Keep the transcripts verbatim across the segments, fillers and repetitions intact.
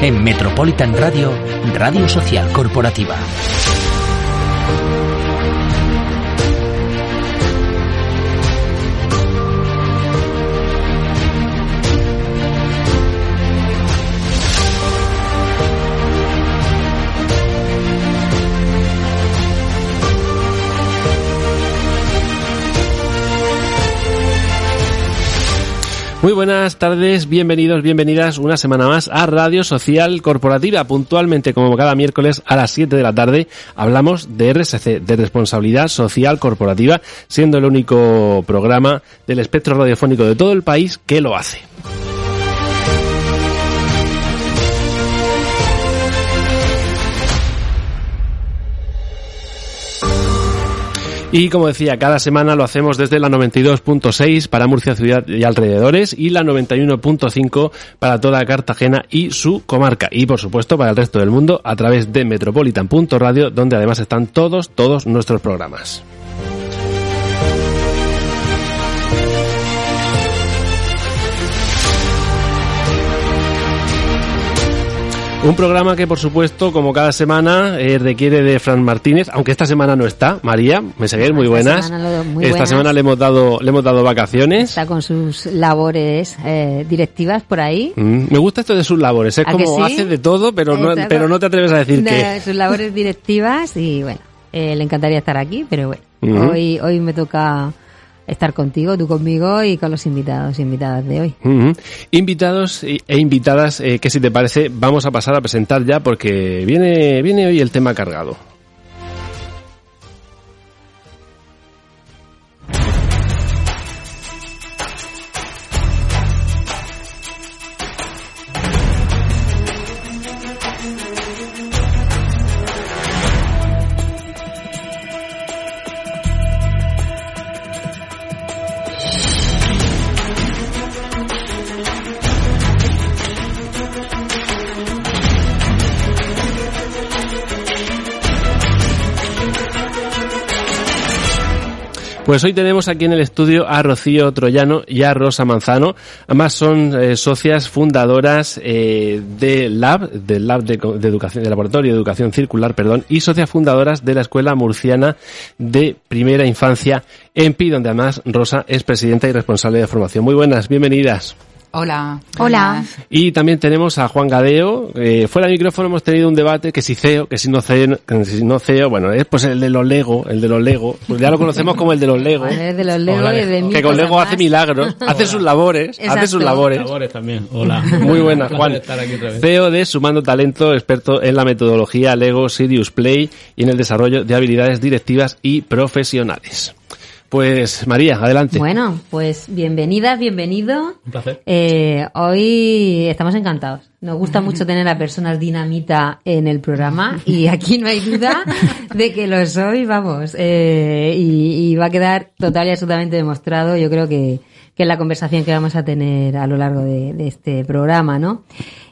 En Metropolitan Radio, Radio Social Corporativa. Muy buenas tardes, bienvenidos, bienvenidas una semana más a Radio Social Corporativa. Puntualmente, como cada miércoles a las siete de la tarde, hablamos de R S C, de Responsabilidad Social Corporativa, siendo el único programa del espectro radiofónico de todo el país que lo hace. Y como decía, cada semana lo hacemos desde la noventa y dos punto seis para Murcia Ciudad y alrededores y la noventa y uno punto cinco para toda Cartagena y su comarca. Y por supuesto para el resto del mundo a través de metropolitan punto radio, donde además están todos, todos nuestros programas. Un programa que, por supuesto, como cada semana, eh, requiere de Fran Martínez, aunque esta semana no está. María, me seguís, muy buenas. Semana lo, muy esta buenas. semana le hemos dado le hemos dado vacaciones. Está con sus labores eh, directivas por ahí. Mm, me gusta esto de sus labores. Es como sí? hace de todo, pero no, Exacto. pero no te atreves a decir de qué. Sus labores directivas y, bueno, eh, le encantaría estar aquí, pero bueno, Mm. hoy hoy me toca estar contigo, tú conmigo y con los invitados e invitadas de hoy. Uh-huh. Invitados e invitadas, eh, que si te parece, vamos a pasar a presentar ya porque viene, viene hoy el tema cargado. Pues hoy tenemos aquí en el estudio a Rocío Troyano y a Rosa Manzano. Ambas son eh, socias fundadoras eh, de Lab, del Lab de, de Educación, de Laboratorio de Educación Circular, perdón, y socias fundadoras de la Escuela Murciana de Primera Infancia, EMPI, donde además Rosa es presidenta y responsable de formación. Muy buenas, bienvenidas. Hola. Hola. Y también tenemos a Juan Gadeo. Eh, fuera del micrófono hemos tenido un debate que si C E O, que si no C E O, que si no C E O, bueno, es pues el de los Lego, el de los Lego. Pues ya lo conocemos como el de los Lego. El de los Lego y de mí. Que con Lego además hace milagros, hace sus labores, Exacto. hace sus labores. Labores también. Hola. Muy buenas, Juan. C E O de Sumando Talento, experto en la metodología Lego Serious Play y en el desarrollo de habilidades directivas y profesionales. Pues María, adelante. Bueno, pues bienvenidas, bienvenido. Un placer. Eh, hoy estamos encantados. Nos gusta mucho tener a personas dinamita en el programa y aquí no hay duda de que lo soy, vamos. Eh, y, y va a quedar total y absolutamente demostrado, yo creo que, que es la conversación que vamos a tener a lo largo de, de este programa, ¿no?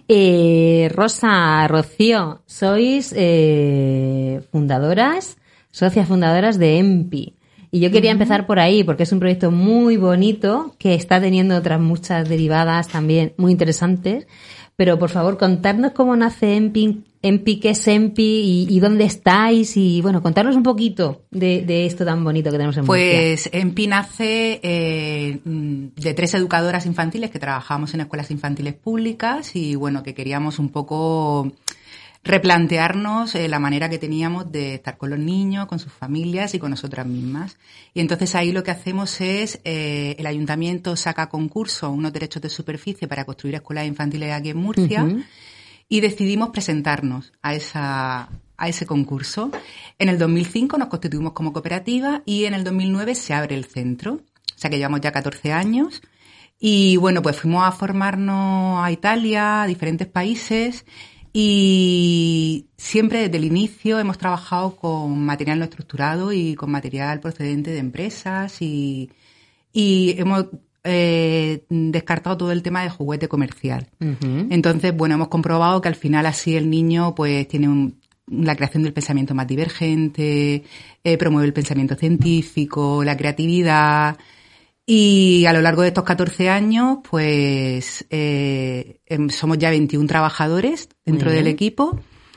Eh, Rosa, Rocío, sois eh, fundadoras, socias fundadoras de EMPI. Y yo quería empezar por ahí, porque es un proyecto muy bonito, que está teniendo otras muchas derivadas también muy interesantes. Pero, por favor, contadnos cómo nace EMPI, EMPI, qué es EMPI y, y dónde estáis. Y, bueno, contarnos un poquito de, de esto tan bonito que tenemos en Murcia. Pues EMPI nace eh, de tres educadoras infantiles que trabajábamos en escuelas infantiles públicas y, bueno, que queríamos un poco replantearnos eh, la manera que teníamos de estar con los niños, con sus familias y con nosotras mismas. Y entonces ahí lo que hacemos es, eh, el ayuntamiento saca a concurso unos derechos de superficie para construir escuelas infantiles aquí en Murcia uh-huh. y decidimos presentarnos a esa a ese concurso. En el dos mil cinco nos constituimos como cooperativa y en el dos mil nueve se abre el centro. O sea que llevamos ya catorce años. Y bueno, pues fuimos a formarnos a Italia, a diferentes países. Y siempre desde el inicio hemos trabajado con material no estructurado y con material procedente de empresas y, y hemos eh, descartado todo el tema de juguete comercial. Uh-huh. Entonces, bueno, hemos comprobado que al final así el niño pues tiene un, la creación del pensamiento más divergente, eh, promueve el pensamiento científico, la creatividad. Y a lo largo de estos catorce años, pues eh, somos ya veintiún trabajadores dentro del equipo.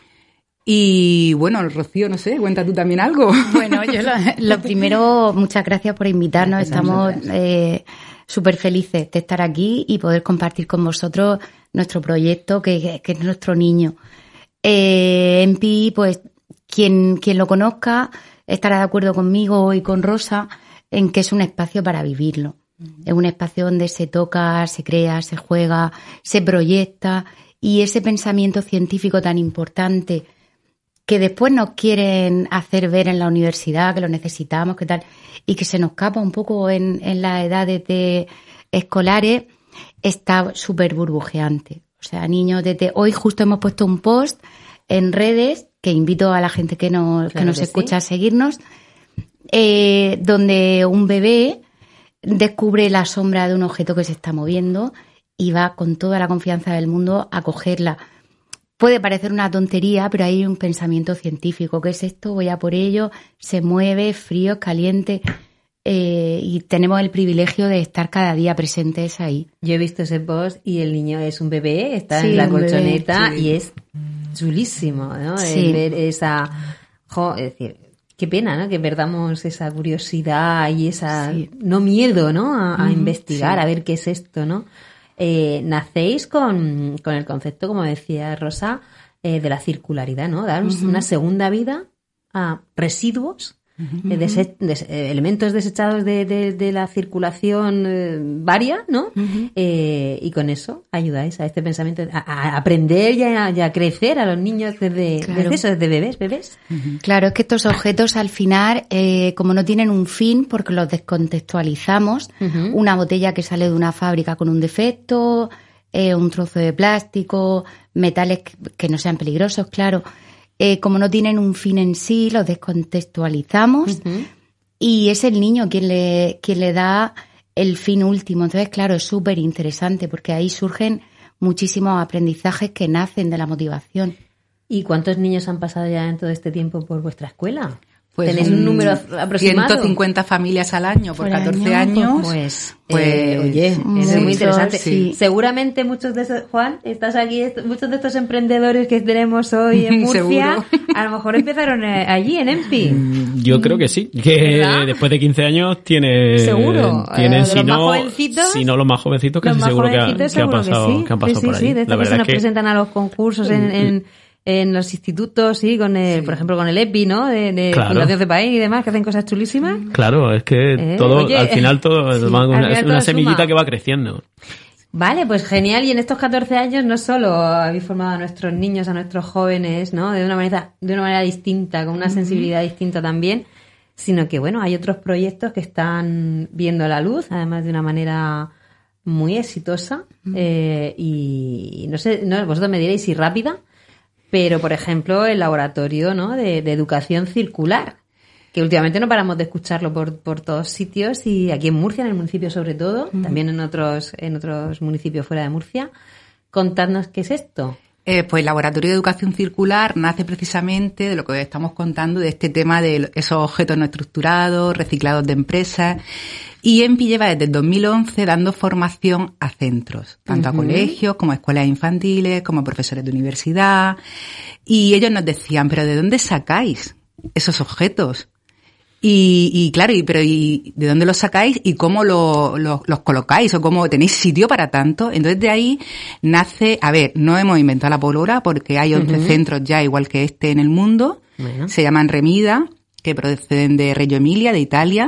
Y bueno, Rocío, no sé, cuenta tú también algo. Bueno, yo lo, lo primero, muchas gracias por invitarnos. Estamos eh, súper felices de estar aquí y poder compartir con vosotros nuestro proyecto, que, que es nuestro niño. Eh, E M P I, pues quien, quien lo conozca estará de acuerdo conmigo y con Rosa en que es un espacio para vivirlo. Uh-huh. Es un espacio donde se toca, se crea, se juega, se proyecta, y ese pensamiento científico tan importante que después nos quieren hacer ver en la universidad, que lo necesitamos, que tal, y que se nos escapa un poco en, en las edades de escolares, está súper burbujeante. O sea, niños desde... Hoy justo hemos puesto un post en redes, que invito a la gente que nos, claro que nos que escucha sí. a seguirnos, Eh, donde un bebé descubre la sombra de un objeto que se está moviendo y va con toda la confianza del mundo a cogerla. Puede parecer una tontería, pero hay un pensamiento científico. ¿Qué es esto? Voy a por ello. Se mueve, frío, es caliente. Eh, y tenemos el privilegio de estar cada día presentes ahí. Yo he visto ese post y el niño es un bebé, está sí, en la colchoneta sí. y es chulísimo, ¿no? Sí. El ver esa... Jo, es decir... Qué pena, ¿no? Que perdamos esa curiosidad y esa... Sí. No miedo, ¿no? A, a mm, investigar, sí. a ver qué es esto, ¿no? Eh, nacéis con, con el concepto, como decía Rosa, eh, de la circularidad, ¿no? Dar uh-huh. una segunda vida a residuos, uh-huh. eh, dese- des- eh, elementos desechados de, de, de la circulación eh, varia, ¿no? Uh-huh. Eh, y con eso ayudáis a este pensamiento, a, a aprender y a, y a crecer a los niños desde, claro. desde eso, desde bebés, bebés. Uh-huh. Claro, es que estos objetos al final, eh, como no tienen un fin, porque los descontextualizamos, uh-huh. una botella que sale de una fábrica con un defecto, eh, un trozo de plástico, metales que, que no sean peligrosos, claro. Eh, como no tienen un fin en sí, los descontextualizamos uh-huh. y es el niño quien le, quien le da el fin último. Entonces, claro, es súper interesante porque ahí surgen muchísimos aprendizajes que nacen de la motivación. ¿Y cuántos niños han pasado ya en todo este tiempo por vuestra escuela? Pues ¿tenéis un número aproximado? ciento cincuenta familias al año por, por catorce año, años. Pues, pues eh, oye, eso sí, es muy interesante. Sí. Seguramente muchos de esos, Juan, estás aquí, muchos de estos emprendedores que tenemos hoy en Murcia, a lo mejor empezaron allí en E M P I. Yo creo que sí, que ¿verdad? Después de quince años tiene, seguro, tienen, eh, si, los no, más si no los más jovencitos, casi más seguro, jovencitos, que, ha, seguro que, ha pasado, que, sí. que han pasado sí, sí, por ahí. Sí, de la que se nos es que... presentan a los concursos en... en en los institutos, sí, con el, sí. por ejemplo, con el E P I, ¿no? De, de claro. Fundación CEPAIN y demás, que hacen cosas chulísimas. Claro, es que eh, todo, oye, al final todo sí, es una, final es una todo semillita suma. Que va creciendo. Vale, pues genial. Y en estos catorce años no solo habéis formado a nuestros niños, a nuestros jóvenes, ¿no? De una manera, de una manera distinta, con una uh-huh. sensibilidad distinta también, sino que, bueno, hay otros proyectos que están viendo la luz, además de una manera muy exitosa. Uh-huh. Eh, y no sé, no, vosotros me diréis si rápida, pero, por ejemplo, el laboratorio, ¿no? de, de educación circular, que últimamente no paramos de escucharlo por, por todos sitios, y aquí en Murcia, en el municipio sobre todo, uh-huh. también en otros, en otros municipios fuera de Murcia. Contadnos qué es esto. Eh, pues el Laboratorio de Educación Circular nace precisamente de lo que estamos contando, de este tema de esos objetos no estructurados, reciclados de empresas. Y E M P I lleva desde el dos mil once dando formación a centros, tanto uh-huh. a colegios como a escuelas infantiles, como a profesores de universidad. Y ellos nos decían, ¿pero de dónde sacáis esos objetos? Y, y claro, y, pero ¿y de dónde los sacáis y cómo lo, lo, los colocáis o cómo tenéis sitio para tanto? Entonces de ahí nace, a ver, no hemos inventado la pólvora porque hay once uh-huh. centros ya igual que este en el mundo, bueno. se llaman Remida, que proceden de Reggio Emilia, de Italia,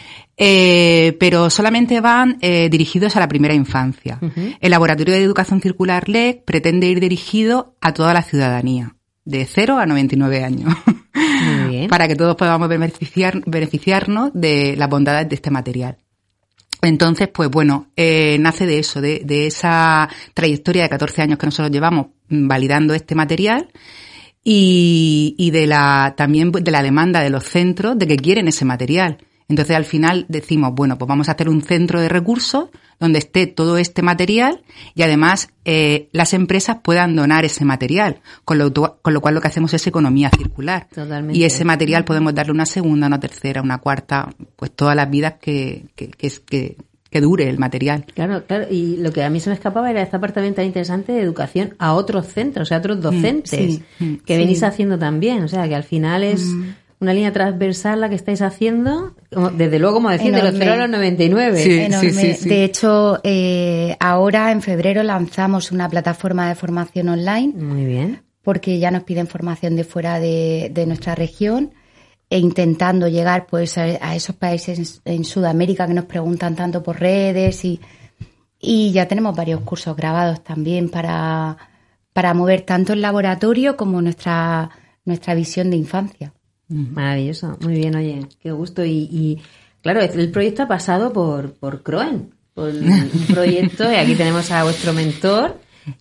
eh, pero solamente van eh, dirigidos a la primera infancia. Uh-huh. El Laboratorio de Educación Circular L E C pretende ir dirigido a toda la ciudadanía, de cero a noventa y nueve años. Muy bien. Para que todos podamos beneficiar, beneficiarnos de las bondades de este material. Entonces, pues bueno, eh, nace de eso, de, de esa trayectoria de catorce años que nosotros llevamos validando este material y, y de la también de la demanda de los centros de que quieren ese material. Entonces, al final decimos, bueno, pues vamos a hacer un centro de recursos donde esté todo este material y además eh, las empresas puedan donar ese material, con lo, con lo cual lo que hacemos es economía circular. Totalmente. Y ese material podemos darle una segunda, una tercera, una cuarta, pues todas las vidas que, que, que, que, que dure el material. Claro, claro. Y lo que a mí se me escapaba era esta parte también tan interesante de educación a otros centros, o sea, a otros docentes, mm, sí, que venís sí. haciendo también. O sea, que al final es... Mm. una línea transversal la que estáis haciendo, desde luego, como decir, enorme. De los cero a los noventa y nueve. Sí, enorme. Sí, sí, sí. De hecho, eh, ahora en febrero lanzamos una plataforma de formación online. Muy bien. Porque ya nos piden formación de fuera de, de nuestra región e intentando llegar pues a, a esos países en, en Sudamérica que nos preguntan tanto por redes y, y ya tenemos varios cursos grabados también para, para mover tanto el laboratorio como nuestra, nuestra visión de infancia. Maravilloso, muy bien, oye, qué gusto. Y, y claro, el proyecto ha pasado por, por Croen, por un proyecto, y aquí tenemos a vuestro mentor.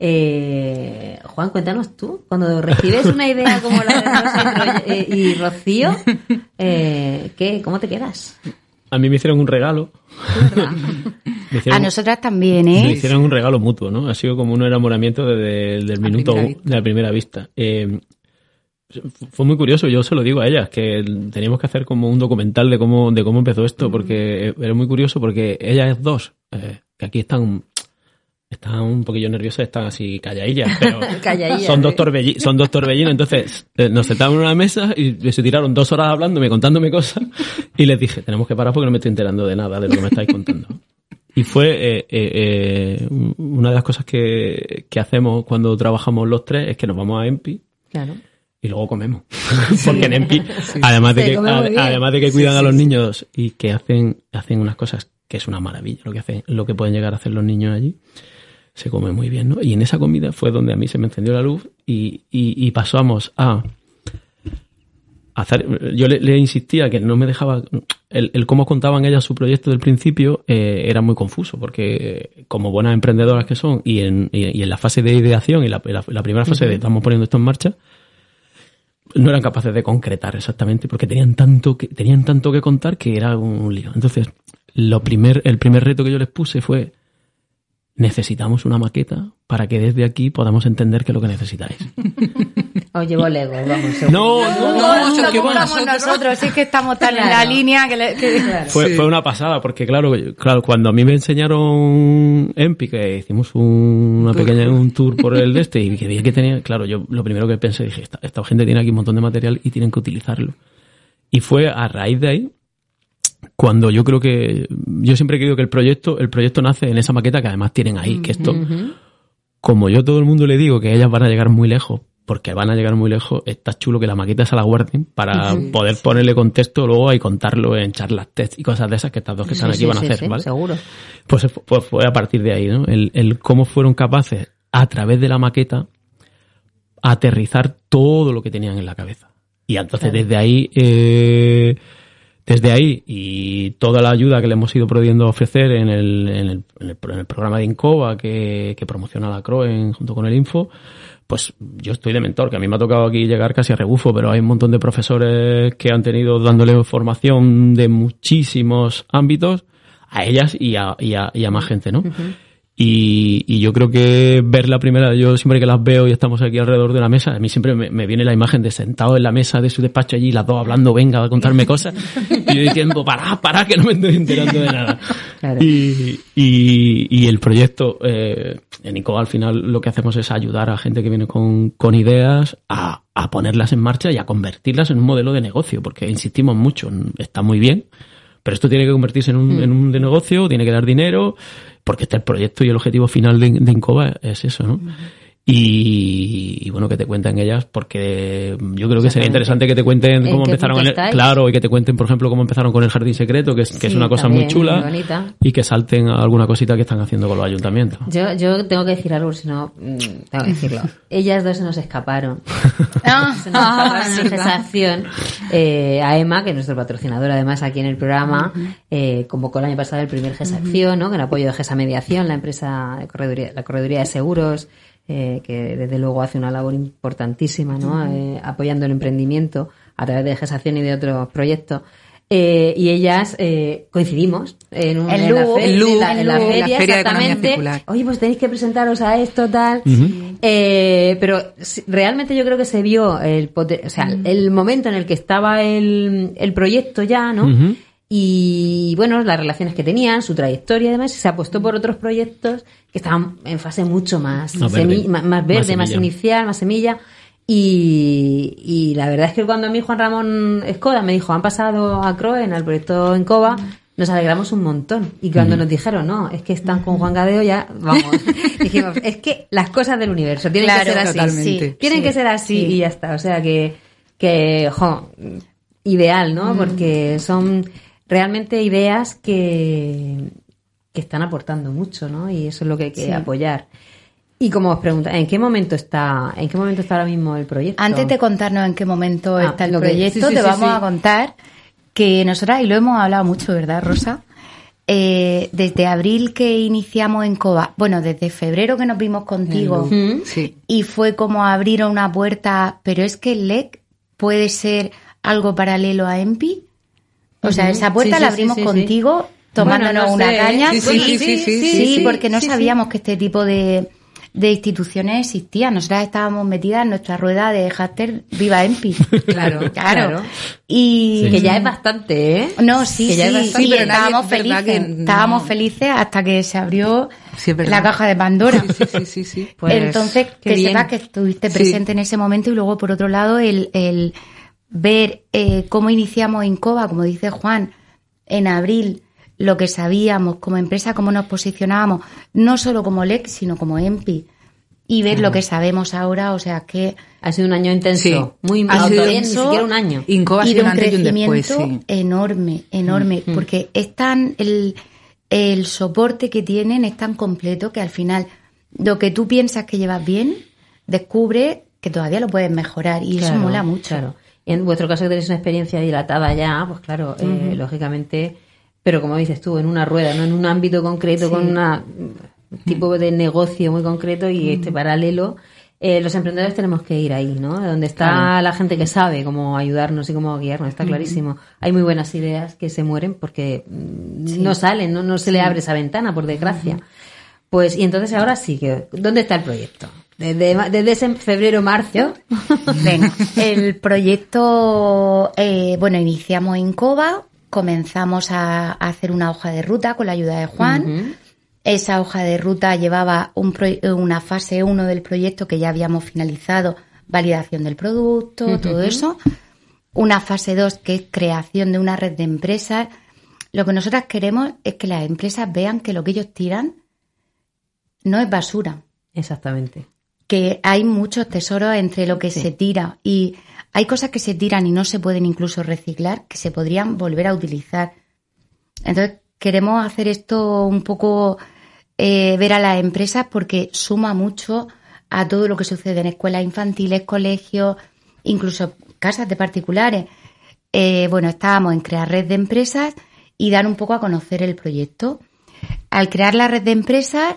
Eh, Juan, cuéntanos tú, cuando recibes una idea como la de Rosa y, Ro- y Rocío, eh, ¿qué, ¿cómo te quedas? A mí me hicieron un regalo. me hicieron, a nosotras también, ¿eh? Me hicieron un regalo mutuo, ¿no? Ha sido como un enamoramiento desde el del minuto de la primera vista. Eh, Fue muy curioso, yo se lo digo a ellas, que teníamos que hacer como un documental de cómo de cómo empezó esto, porque era muy curioso, porque ellas dos, eh, que aquí están están un poquillo nerviosas, están así calladillas, pero calladillas, son dos torbelli, son dos torbellinos, entonces eh, nos sentamos en una mesa y se tiraron dos horas hablándome, contándome cosas, y les dije, tenemos que parar porque no me estoy enterando de nada de lo que me estáis contando. Y fue eh, eh, eh, una de las cosas que, que hacemos cuando trabajamos los tres, es que nos vamos a Empi. Claro. Y luego comemos. Porque en Empi, sí. además de que, ad, además de que cuidan sí, sí, a los niños y que hacen, hacen unas cosas que es una maravilla lo que hacen, lo que pueden llegar a hacer los niños allí, se come muy bien, ¿no? Y en esa comida fue donde a mí se me encendió la luz y, y, y pasamos a hacer, yo le, le insistía que no me dejaba, el, el cómo contaban ellas su proyecto del principio eh, era muy confuso, porque como buenas emprendedoras que son, y en, y, y en la fase de ideación y la, la, la primera fase uh-huh. de estamos poniendo esto en marcha, no eran capaces de concretar exactamente, porque tenían tanto que, tenían tanto que contar que era un lío. Entonces, lo primer, el primer reto que yo les puse fue: necesitamos una maqueta para que desde aquí podamos entender qué es lo que necesitáis. Os llevo Lego, vamos. No, no, no, no, no, que bueno. Nosotros sí que estamos tan claro. en la línea que, le, que... Claro. Fue, sí. fue una pasada, porque claro, claro, cuando a mí me enseñaron Empi, que hicimos un, una pequeña un tour por el de este y que vi que tenía, claro, yo lo primero que pensé, dije, esta, esta gente tiene aquí un montón de material y tienen que utilizarlo. Y fue a raíz de ahí cuando yo creo que, yo siempre he creído que el proyecto, el proyecto nace en esa maqueta que además tienen ahí, que esto, uh-huh. como yo a todo el mundo le digo que ellas van a llegar muy lejos, porque van a llegar muy lejos, está chulo que la maqueta se la guarden para uh-huh. poder ponerle contexto luego y contarlo en charlas, test y cosas de esas que estas dos que están sí, aquí sí, van sí, a hacer, sí, ¿vale? Seguro. Pues, pues fue a partir de ahí, ¿no? El, el cómo fueron capaces, a través de la maqueta, aterrizar todo lo que tenían en la cabeza. Y entonces claro. desde ahí, eh, desde ahí y toda la ayuda que le hemos ido pudiendo ofrecer en el, en el, en el, en el programa de INCOVA que, que promociona la Croen junto con el Info, pues yo estoy de mentor, que a mí me ha tocado aquí llegar casi a rebufo, pero hay un montón de profesores que han tenido dándole formación de muchísimos ámbitos a ellas y a, y a, y a más gente, ¿no? Uh-huh. Y, y yo creo que ver la primera, yo siempre que las veo y estamos aquí alrededor de la mesa, a mí siempre me, me viene la imagen de sentado en la mesa de su despacho allí, las dos hablando, venga, a contarme cosas, y yo diciendo, pará, pará, que no me estoy enterando de nada. Claro. Y, y, y el proyecto, eh, en INCOVA al final lo que hacemos es ayudar a gente que viene con, con ideas a, a ponerlas en marcha y a convertirlas en un modelo de negocio, porque insistimos mucho, está muy bien, pero esto tiene que convertirse en un, mm. en un de negocio, tiene que dar dinero, porque este es el proyecto y el objetivo final de, de INCOVA es eso, ¿no? Uh-huh. Y, y bueno, que te cuenten ellas, porque yo creo que sería interesante que te cuenten cómo empezaron, en el, claro, y que te cuenten, por ejemplo, cómo empezaron con el Jardín Secreto, que es, que sí, es una cosa muy chula, muy y que salten a alguna cosita que están haciendo con los ayuntamientos. Yo, yo tengo que decir algo, si no, tengo que decirlo. Ellas dos se nos escaparon. se nos escaparon en esa acción. Eh, a Emma, que es nuestro patrocinador además aquí en el programa, uh-huh. eh, convocó el año pasado el primer GESA Acción, ¿no? En apoyo de GESA Mediación, la empresa de correduría, la correduría de seguros, Eh, que desde luego hace una labor importantísima, ¿no? Uh-huh. Eh, apoyando el emprendimiento a través de Gestación y de otros proyectos. Eh, y ellas eh, coincidimos en, un, En en, la Lugo, fe- en Lugo, en la, en la en la feria, Feria de Economía exactamente. Circular. Oye, pues tenéis que presentaros a esto, tal. Ujú. Eh, pero si- realmente yo creo que se vio el, poten- o sea, el momento en el que estaba el, el proyecto ya, ¿no? Ujú. Y bueno, las relaciones que tenían, su trayectoria y demás, y se apostó por otros proyectos que estaban en fase mucho más, Más semi- verde. más, más verde, Más más, semilla. inicial, más semilla. Y, y la verdad es que cuando a mí Juan Ramón Escoda me dijo, han pasado a Croen al proyecto Encova, nos alegramos un montón. Y cuando nos dijeron, no, es que están con Juan Gadeo, ya, vamos, dijimos, es que las cosas del universo tienen Claro, que ser así. totalmente. sí, Tienen sí, que ser así sí. y ya está. O sea que, que jo, ideal, ¿no? Porque son realmente ideas que, que están aportando mucho, ¿no? Y eso es lo que hay que Sí. apoyar. Y como os pregunta, ¿en qué momento está, en qué momento está ahora mismo el proyecto? Antes de contarnos en qué momento Ah, está el lo que- proyecto, sí, sí, te sí, vamos sí. a contar que nosotras, y lo hemos hablado mucho, ¿verdad, Rosa? Eh, desde abril que iniciamos en Cova, bueno, desde febrero que nos vimos contigo, Ujú. Sí. y fue como abrir una puerta, pero es que el L E C puede ser algo paralelo a EMPI. O sea, Ujú. esa puerta Sí, la sí, abrimos sí, sí, contigo tomándonos Bueno, no una sé, ¿eh? caña. Sí, sí, sí, sí, sí, Sí, sí, porque no sí, sí. sabíamos que este tipo de, de instituciones existían. Nosotras estábamos metidas en nuestra rueda de hashtag Viva EMPI. Claro, Claro. claro. Y Que ya es bastante, ¿eh? no, sí, Que ya es sí, bastante. sí, pero nadie- estábamos es verdad felices. que no- Estábamos felices hasta que se abrió Sí, es verdad. la caja de Pandora. Sí, sí, sí, sí. Pues, Entonces, qué que bien. sepas que estuviste Sí. presente en ese momento y luego, por otro lado, el, el ver eh, cómo iniciamos Incova, como dice Juan, en abril, lo que sabíamos como empresa, cómo nos posicionábamos, no solo como L E C, sino como EMPI, y ver lo que sabemos ahora, o sea, que... Ha sido un año intenso. Sí. Muy Ha intenso. sido Ni intenso. siquiera un año. Incova ha y sido de un un antes y un crecimiento después, sí. enorme, enorme, Mm. porque es tan el, el soporte que tienen es tan completo que al final lo que tú piensas que llevas bien, descubre que todavía lo puedes mejorar y eso Claro, mola mucho. Claro. Y en vuestro caso que tenéis una experiencia dilatada ya, pues claro, eh, lógicamente, pero como dices tú, en una rueda, no en un ámbito concreto, Sí. con una- un tipo de negocio muy concreto y este paralelo, eh, los emprendedores tenemos que ir ahí, ¿no? Donde está Claro. la gente que sabe cómo ayudarnos y cómo guiarnos, está clarísimo. Hay muy buenas ideas que se mueren porque mm, no salen, no, no se le abre esa ventana, por desgracia. Pues, y entonces ahora sí que, ¿dónde está el proyecto? Desde, ma- desde ese febrero-marzo. Venga, el proyecto, eh, bueno, iniciamos en Cova, comenzamos a, a hacer una hoja de ruta con la ayuda de Juan. Ujú. Esa hoja de ruta llevaba un pro- una fase uno del proyecto que ya habíamos finalizado, validación del producto, todo eso. Una fase dos que es creación de una red de empresas. Lo que nosotras queremos es que las empresas vean que lo que ellos tiran no es basura, Exactamente. que hay muchos tesoros entre lo que Sí. se tira y hay cosas que se tiran y no se pueden incluso reciclar que se podrían volver a utilizar. Entonces queremos hacer esto un poco eh, ver a las empresas porque suma mucho a todo lo que sucede en escuelas infantiles, colegios, incluso casas de particulares. Eh, bueno, estábamos en crear red de empresas y dar un poco a conocer el proyecto. Al crear la red de empresas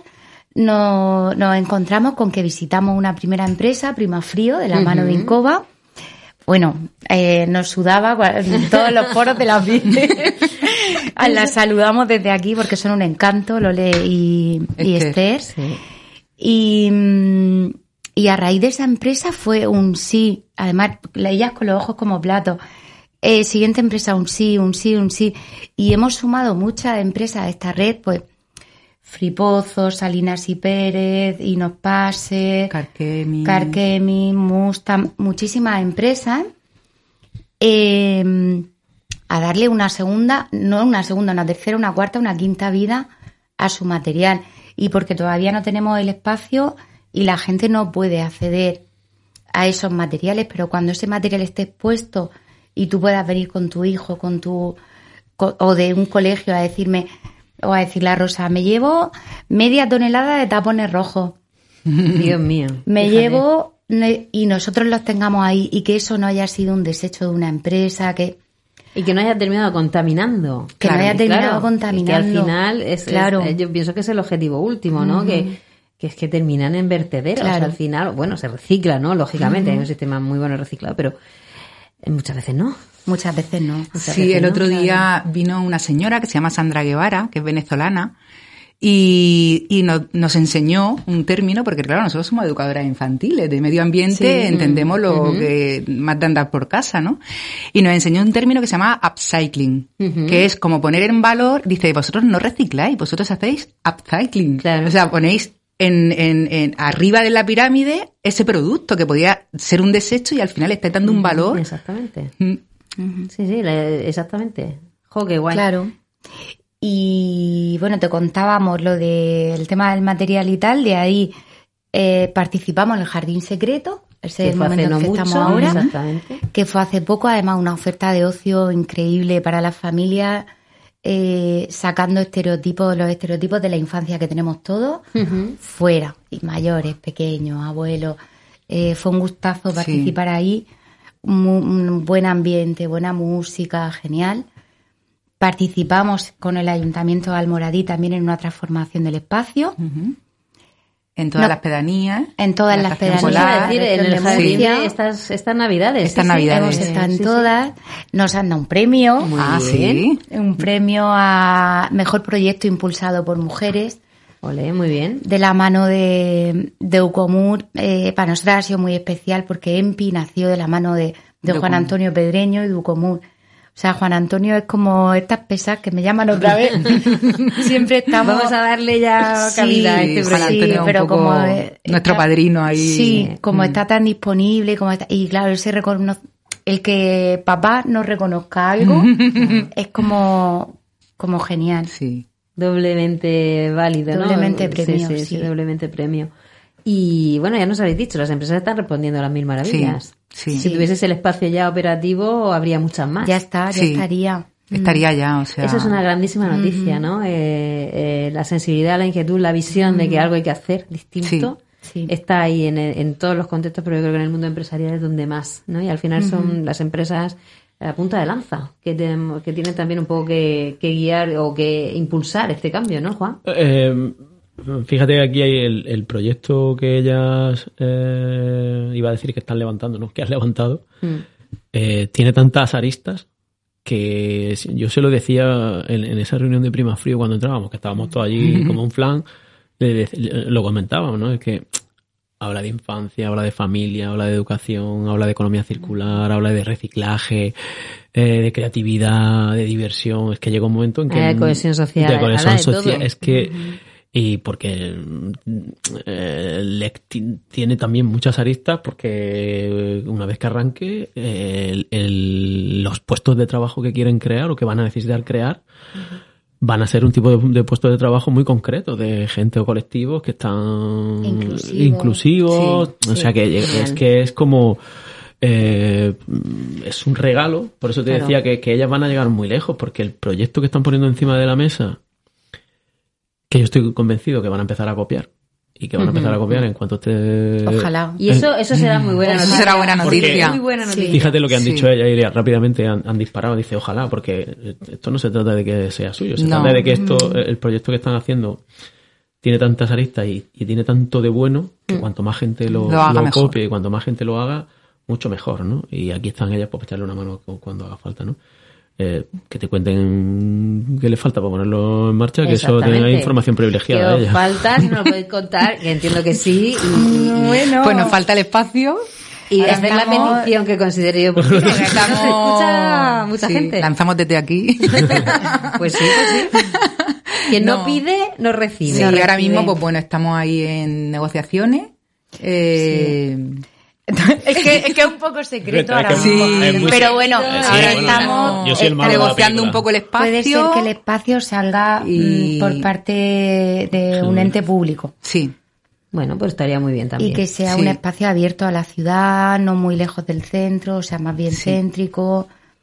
nos, nos encontramos con que visitamos una primera empresa, Prima Frío, de la mano de Incova. Bueno, eh, nos sudaba cua- todos los poros de la piel. Las saludamos desde aquí porque son un encanto, Lole y, y Esther, Esther. Sí. Y, mm, y a raíz de esa empresa fue un sí. Además, ellas con los ojos como platos. Eh, siguiente empresa, un sí, un sí, un sí. Y hemos sumado muchas empresas a esta red, pues Fripozo, Salinas y Pérez, Inospase, Carquemi. Carquemi, Mustang, muchísimas empresas, eh, a darle una segunda, no una segunda, una tercera, una cuarta, una quinta vida a su material. Y porque todavía no tenemos el espacio y la gente no puede acceder a esos materiales, pero cuando ese material esté expuesto y tú puedas venir con tu hijo, con tu co- o de un colegio a decirme, o a decirle a Rosa, me llevo media tonelada de tapones rojos. Dios mío. Me fíjate. llevo ne- y nosotros los tengamos ahí y que eso no haya sido un desecho de una empresa, que Y que no haya terminado contaminando. Que no haya terminado claro, contaminando. Y que al final, es, es- Claro. eh, yo pienso que es el objetivo último, ¿no? que, que es que terminan en vertederos. Claro. Al final, bueno, se recicla, ¿no? Lógicamente, hay un sistema muy bueno reciclado, pero Muchas veces no. Muchas veces no. Muchas Sí, veces el no, otro claro. día vino una señora que se llama Sandra Guevara, que es venezolana, y, y nos, nos enseñó un término, porque claro, nosotros somos educadoras infantiles, de medio ambiente, Sí. entendemos lo Uh-huh. que más de andar por casa, ¿no? Y nos enseñó un término que se llama upcycling, Uh-huh. que es como poner en valor, dice, vosotros no recicláis, vosotros hacéis upcycling. Claro. O sea, ponéis en, en, en arriba de la pirámide ese producto que podía ser un desecho y al final estáis dando un valor. Exactamente. Mm. Sí, sí, la- exactamente. Jo, qué guay. Claro. Y bueno, te contábamos lo del tema del material y tal, de ahí eh, participamos en el Jardín Secreto, ese Que es el fue hace momento en no el que mucho, estamos ahora, exactamente. que fue hace poco, además una oferta de ocio increíble para las familias, eh, sacando estereotipos, los estereotipos de la infancia que tenemos todos, Ujú. fuera, y mayores, pequeños, abuelos. Eh, fue un gustazo Sí. participar ahí, mu- un buen ambiente, buena música, genial. Participamos con el Ayuntamiento de Almoradí también en una transformación del espacio, Ujú. En todas No. las pedanías. en todas la las estación Eso pedanías. iba a polar. decir, en el región de jardín Murcia. de estas, estas navidades. Estas sí, sí. navidades. Hemos Sí, estado en sí, sí. todas, nos han dado un premio, Muy Ah, bien. sí. un premio a Mejor Proyecto Impulsado por Mujeres, Ole, muy bien. de la mano de, de Ucomur. Eh, para nosotras ha sido muy especial porque EMPI nació de la mano de, de De Juan Ucomur. Antonio Pedreño y de Ucomur. O sea, Juan Antonio es como estas pesas que me llaman otra vez. Siempre estamos... Vamos a darle ya Sí, cabida a Sí, este Juan proyecto. Antonio es un pero poco como, eh, nuestro está- padrino ahí. Sí, como Mm. está tan disponible, como está, y claro, él se reconoce, el que papá nos reconozca algo es como, como genial. Sí. Doblemente válido, ¿no? Doblemente premio, Sí, sí, sí, sí. doblemente premio. Y bueno, ya nos habéis dicho, las empresas están respondiendo a las mil maravillas. Sí, sí. Si tuvieses el espacio ya operativo, habría muchas más. Ya está, ya Sí. estaría. Estaría ya, o sea. Eso es una grandísima noticia, ¿no? Eh, eh, la sensibilidad, la inquietud, la visión de que algo hay que hacer distinto Sí. está ahí en, en todos los contextos, pero yo creo que en el mundo empresarial es donde más, ¿no? Y al final son las empresas a punta de lanza que, tenemos- que tienen también un poco que, que guiar o que impulsar este cambio, ¿no, Juan? Eh, fíjate que aquí hay el, el proyecto que ellas eh, iba a decir que están levantando, ¿no? Que has levantado. Mm. Eh, tiene tantas aristas que yo se lo decía en, en esa reunión de Prima Frío cuando entrábamos, que estábamos todos allí como un flan, le- le- lo comentábamos, ¿no? Es que habla de infancia, habla de familia, habla de educación, habla de economía circular, habla de reciclaje, eh, de creatividad, de diversión. Es que llega un momento en que... Eh, cohesión social, De cohesión habla de social. todo. Es que... Y porque eh, le ti- tiene también muchas aristas, porque una vez que arranque, eh, el- el- los puestos de trabajo que quieren crear o que van a necesitar crear van a ser un tipo de, de puestos de trabajo muy concreto, de gente o colectivos que están Inclusivos. inclusivos. Sí, o sea que es genial. que es como... eh, es un regalo, por eso te Claro. decía que, que ellas van a llegar muy lejos, porque el proyecto que están poniendo encima de la mesa, que yo estoy convencido que van a empezar a copiar y que van a empezar a copiar en cuanto te... Ojalá. Y eso, eso será muy buena Eso noticia. será buena noticia. Muy buena noticia. Fíjate lo que han Sí. dicho ella, Iria, rápidamente han, han disparado, dice ojalá, porque esto no se trata de que sea suyo, se No. trata de que esto, el proyecto que están haciendo tiene tantas aristas y, y tiene tanto de bueno que cuanto más gente lo, Lo haga lo mejor. copie y cuanto más gente lo haga, mucho mejor, ¿no? Y aquí están ellas para echarle una mano cu- cuando haga falta, ¿no? Eh, que te cuenten qué le falta para ponerlo en marcha, que eso Exactamente. tiene información privilegiada ¿Qué de os ella. falta? Si no lo podéis contar, que entiendo que sí. Y, Bueno. Pues nos falta el espacio. y Ahora hacer la estamos- petición que considere yo porque nos escucha mucha Sí, gente. Lanzamos desde aquí. Pues sí, pues sí. Quien no, No. pide, no recibe. Sí, No ahora recibe. mismo, pues bueno, estamos ahí en negociaciones. Eh, es, que, es que es un poco secreto ahora Es que mismo. Sí. es muy Pero secreto. bueno, Sí, ahora bueno, estamos... yo soy el malo de la negociando película. un poco el espacio. Puede ser que el espacio salga Y- mm, por parte de un ente público. Sí, Bueno, pues estaría muy bien también. Y que sea Sí. un espacio abierto a la ciudad, no muy lejos del centro, o sea, más bien Sí. céntrico,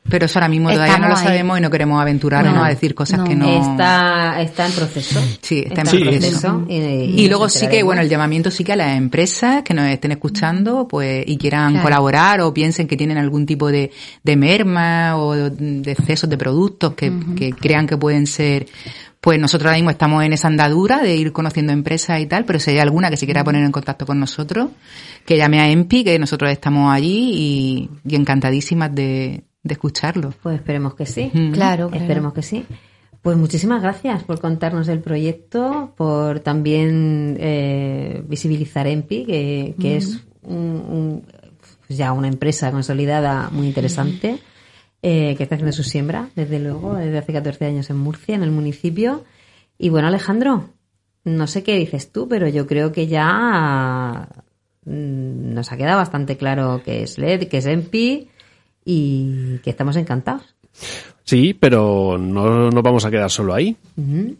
Pero eso ahora mismo todavía Estamos no lo ahí. sabemos y no queremos aventurarnos Bueno, a decir cosas no. que no... Está, está en proceso. Sí, está en Sí, proceso. Y, Y luego sí que, bueno, el llamamiento sí que a las empresas que nos estén escuchando, pues, y quieran Claro. colaborar o piensen que tienen algún tipo de, de merma o de excesos de productos que, uh-huh. que crean que pueden ser, pues nosotros ahora mismo estamos en esa andadura de ir conociendo empresas y tal, pero si hay alguna que se quiera poner en contacto con nosotros, que llame a EMPI, que nosotros estamos allí y, y encantadísimas de, de escucharlo. Pues esperemos que sí. Mm. Claro, claro. Esperemos que sí. Pues muchísimas gracias por contarnos el proyecto, por también eh, visibilizar EMPI, que, que mm. es un, un, pues ya una empresa consolidada muy interesante, eh, que está haciendo su siembra, desde luego, desde hace catorce años en Murcia, en el municipio. Y bueno, Alejandro, no sé qué dices tú, pero yo creo que ya mm, nos ha quedado bastante claro qué es L E D, qué es EMPI y que estamos encantados. Sí, pero no nos vamos a quedar solo ahí. Uh-huh.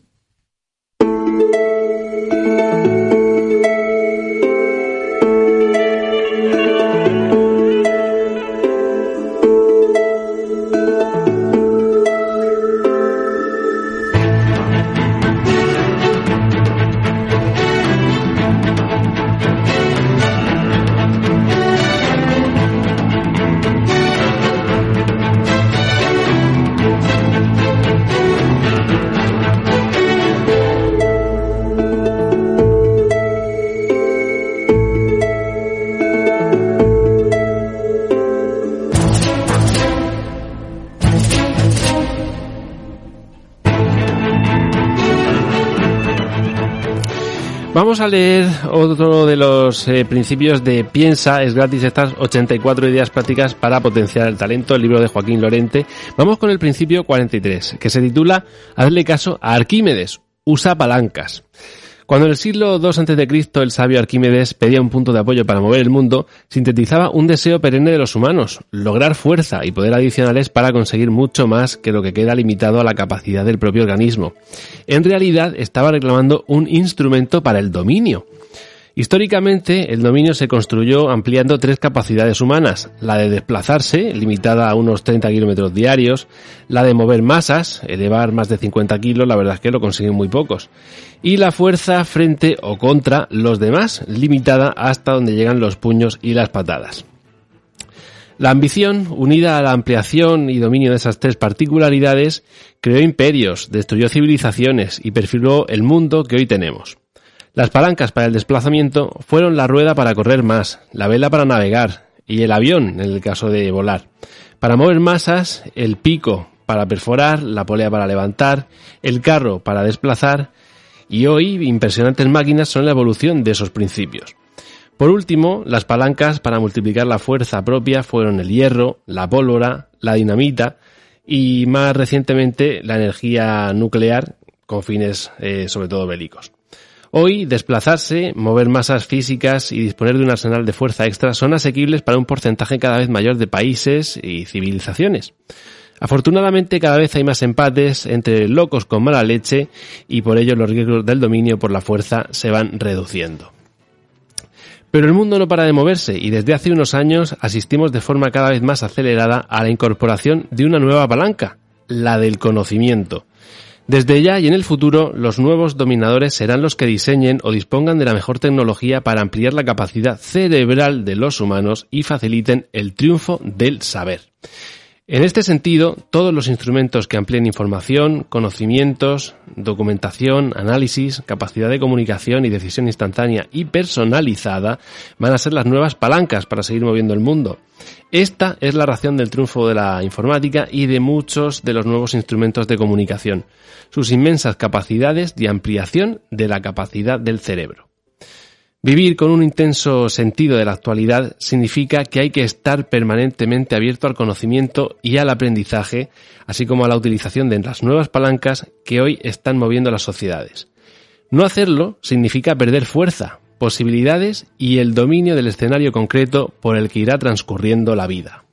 Vamos a leer otro de los eh, principios de Piensa, es gratis, estas ochenta y cuatro ideas prácticas para potenciar el talento, el libro de Joaquín Lorente. Vamos con el principio cuarenta y tres, que se titula Hazle caso a Arquímedes, usa palancas. Cuando en el siglo dos antes de Cristo el sabio Arquímedes pedía un punto de apoyo para mover el mundo, sintetizaba un deseo perenne de los humanos, lograr fuerza y poder adicionales para conseguir mucho más que lo que queda limitado a la capacidad del propio organismo. En realidad estaba reclamando un instrumento para el dominio. Históricamente, el dominio se construyó ampliando tres capacidades humanas, la de desplazarse, limitada a unos treinta kilómetros diarios, la de mover masas, elevar más de cincuenta kilos, la verdad es que lo consiguen muy pocos, y la fuerza frente o contra los demás, limitada hasta donde llegan los puños y las patadas. La ambición, unida a la ampliación y dominio de esas tres particularidades, creó imperios, destruyó civilizaciones y perfiló el mundo que hoy tenemos. Las palancas para el desplazamiento fueron la rueda para correr más, la vela para navegar y el avión en el caso de volar. Para mover masas, el pico para perforar, la polea para levantar, el carro para desplazar y hoy impresionantes máquinas son la evolución de esos principios. Por último, las palancas para multiplicar la fuerza propia fueron el hierro, la pólvora, la dinamita y más recientemente la energía nuclear con fines eh, sobre todo bélicos. Hoy, desplazarse, mover masas físicas y disponer de un arsenal de fuerza extra son asequibles para un porcentaje cada vez mayor de países y civilizaciones. Afortunadamente, cada vez hay más empates entre locos con mala leche y por ello los riesgos del dominio por la fuerza se van reduciendo. Pero el mundo no para de moverse y desde hace unos años asistimos de forma cada vez más acelerada a la incorporación de una nueva palanca, la del conocimiento. Desde ya y en el futuro, los nuevos dominadores serán los que diseñen o dispongan de la mejor tecnología para ampliar la capacidad cerebral de los humanos y faciliten el triunfo del saber. En este sentido, todos los instrumentos que amplíen información, conocimientos, documentación, análisis, capacidad de comunicación y decisión instantánea y personalizada van a ser las nuevas palancas para seguir moviendo el mundo. Esta es la razón del triunfo de la informática y de muchos de los nuevos instrumentos de comunicación, sus inmensas capacidades de ampliación de la capacidad del cerebro. Vivir con un intenso sentido de la actualidad significa que hay que estar permanentemente abierto al conocimiento y al aprendizaje, así como a la utilización de las nuevas palancas que hoy están moviendo las sociedades. No hacerlo significa perder fuerza, posibilidades y el dominio del escenario concreto por el que irá transcurriendo la vida.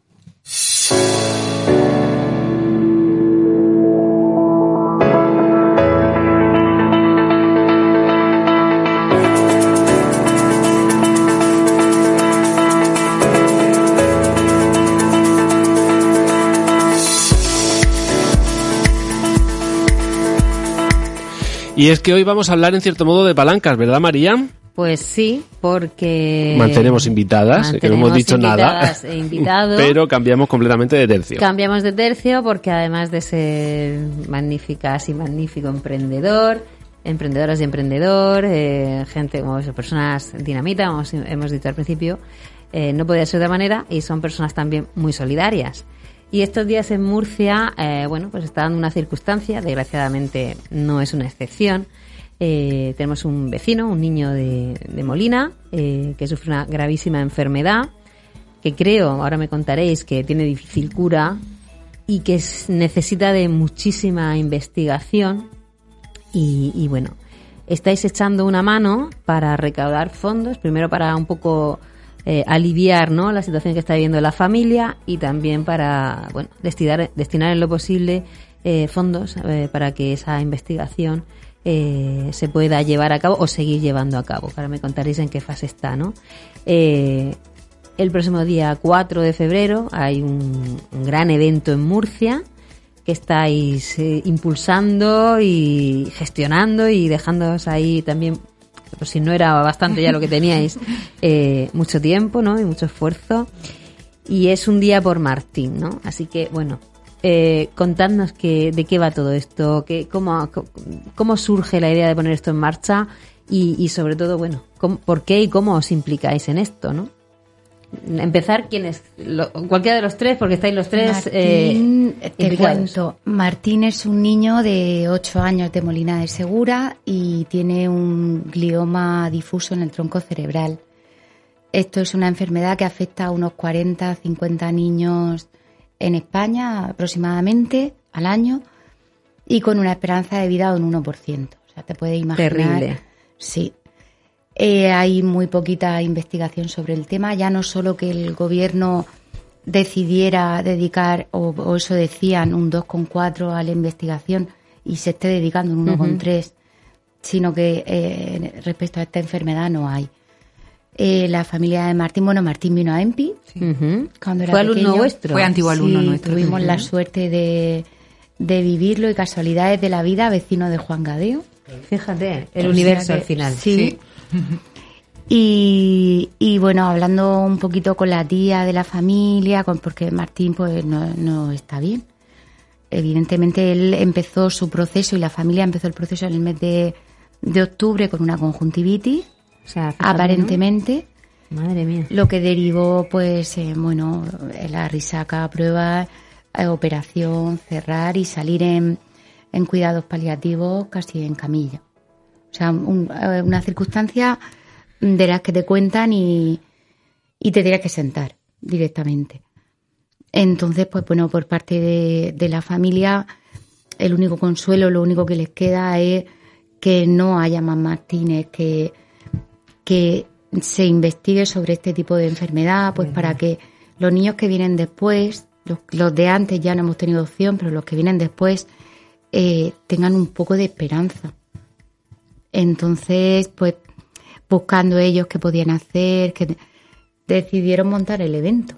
Y es que hoy vamos a hablar en cierto modo de palancas, ¿verdad, María? Pues sí, porque... Mantenemos invitadas, mantenemos que no hemos dicho nada, e invitado, pero cambiamos completamente de tercio. Cambiamos de tercio porque además de ser magníficas y magnífico emprendedor, emprendedoras y emprendedor, eh, gente como personas dinamita, como hemos dicho al principio, eh, no podía ser de otra manera, y son personas también muy solidarias. Y estos días en Murcia, eh, bueno, pues está dando una circunstancia, desgraciadamente no es una excepción. Eh, tenemos un vecino, un niño de, de Molina, eh, que sufre una gravísima enfermedad, que creo, ahora me contaréis, que tiene difícil cura y que es, necesita de muchísima investigación. Y, y bueno, estáis echando una mano para recaudar fondos, primero para un poco eh, aliviar, ¿no?, la situación que está viviendo la familia, y también para, bueno, destinar, destinar en lo posible eh, fondos eh, para que esa investigación Eh, se pueda llevar a cabo o seguir llevando a cabo. Ahora me contaréis en qué fase está, ¿no? Eh, el próximo día cuatro de febrero hay un, un gran evento en Murcia que estáis eh, impulsando y gestionando y dejándoos ahí también, pues si no era bastante ya lo que teníais, eh, mucho tiempo, ¿no?, y mucho esfuerzo. Y es un día por Martín, ¿no? Así que, bueno, Eh, contadnos que, de qué va todo esto, que, cómo, cómo surge la idea de poner esto en marcha y, y sobre todo, bueno, cómo, por qué y cómo os implicáis en esto, ¿no? Empezar, ¿quién es? Lo, cualquiera de los tres, porque estáis los tres. Martín, eh, te cuento. Martín es un niño de ocho años de Molina de Segura y tiene un glioma difuso en el tronco cerebral. Esto es una enfermedad que afecta a unos cuarenta, cincuenta niños en España aproximadamente al año, y con una esperanza de vida de un uno por ciento. O sea, te puedes imaginar. Terrible. Sí. Eh, hay muy poquita investigación sobre el tema, ya no solo que el gobierno decidiera dedicar, o, o eso decían, un dos coma cuatro a la investigación y se esté dedicando un uno coma tres, uh-huh. sino que eh, respecto a esta enfermedad no hay. Eh, la familia de Martín, bueno, Martín vino a EMPI. Sí. Uh-huh. Cuando era ¿Fue pequeño, alumno vuestro? Fue antiguo alumno sí, nuestro. Tuvimos uh-huh. la suerte de, de vivirlo, y casualidades de la vida, vecino de Juan Gadeo. Fíjate, el O universo sea que, al final. Sí. sí. Y, y bueno, hablando un poquito con la tía de la familia, con, porque Martín pues no, no está bien. Evidentemente él empezó su proceso, y la familia empezó el proceso en el mes de, de octubre con una conjuntivitis, o sea, fíjate, aparentemente. ¿no? Madre mía. Lo que derivó, pues, eh, bueno, la risaca, pruebas, eh, operación, cerrar y salir en, en cuidados paliativos, casi en camilla. O sea, un, una circunstancia de las que te cuentan y, y te tienes que sentar directamente. Entonces, pues bueno, por parte de, de la familia, el único consuelo, lo único que les queda es que no haya más Martínez, que, que se investigue sobre este tipo de enfermedad, pues para que los niños que vienen después, los, los de antes ya no hemos tenido opción, pero los que vienen después eh, tengan un poco de esperanza. Entonces, pues buscando ellos qué podían hacer, que decidieron montar el evento.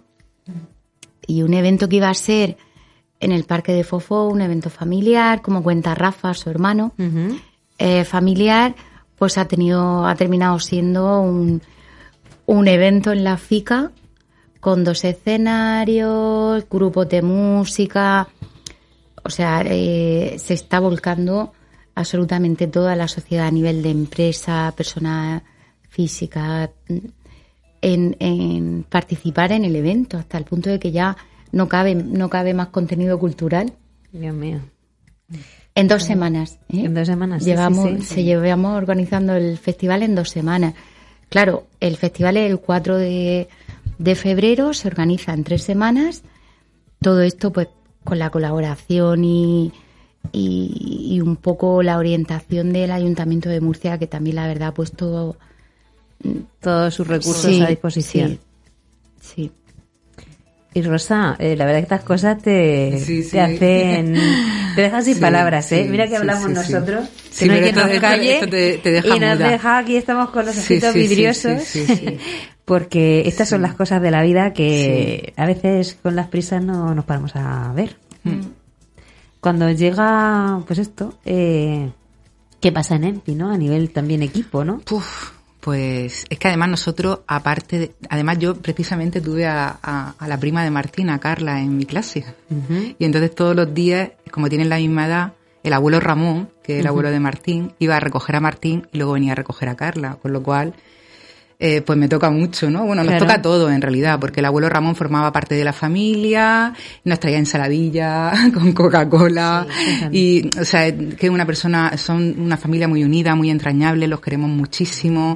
Y un evento que iba a ser en el Parque de Fofó, un evento familiar, como cuenta Rafa, su hermano, uh-huh. eh, familiar, pues ha tenido, ha terminado siendo un, un evento en la FICA con dos escenarios, grupos de música. O sea, eh, se está volcando absolutamente toda la sociedad a nivel de empresa, persona física, en, en participar en el evento, hasta el punto de que ya no cabe, no cabe más contenido cultural. Dios mío. En dos semanas. ¿eh? En dos semanas. Llevamos, sí, sí, sí. Se llevamos organizando el festival en dos semanas. Claro, el festival es el cuatro de febrero, se organiza en tres semanas. Todo esto, pues, con la colaboración y, y, y un poco la orientación del Ayuntamiento de Murcia, que también, la verdad, ha puesto todos sus recursos sí, a disposición. Sí. sí. Y Rosa, eh, la verdad que estas cosas te, sí, sí. te hacen, te dejan sin sí, palabras, ¿eh? Sí, Mira que sí, hablamos sí, nosotros, sí. que no hay Sí, quien nos esto, calle, esto te, te deja y nos muda. deja aquí, estamos con los ojitos sí, sí, vidriosos, sí, sí, sí, sí. porque estas son sí. las cosas de la vida que sí. a veces con las prisas no nos paramos a ver. Mm. Cuando llega, pues esto, eh, ¿Qué pasa en EMPI, no? A nivel también equipo, ¿no? Uf, pues es que además nosotros, aparte, de, además yo precisamente tuve a, a, a la prima de Martín, a Carla, en mi clase. Uh-huh. Y entonces todos los días, como tienen la misma edad, el abuelo Ramón, que es el uh-huh. abuelo de Martín, iba a recoger a Martín y luego venía a recoger a Carla, con lo cual... Eh, pues me toca mucho, ¿no? Bueno, nos claro. toca todo en realidad, porque el abuelo Ramón formaba parte de la familia, nos traía ensaladilla con Coca-Cola sí, y, o sea, que una persona, son una familia muy unida, muy entrañable, los queremos muchísimo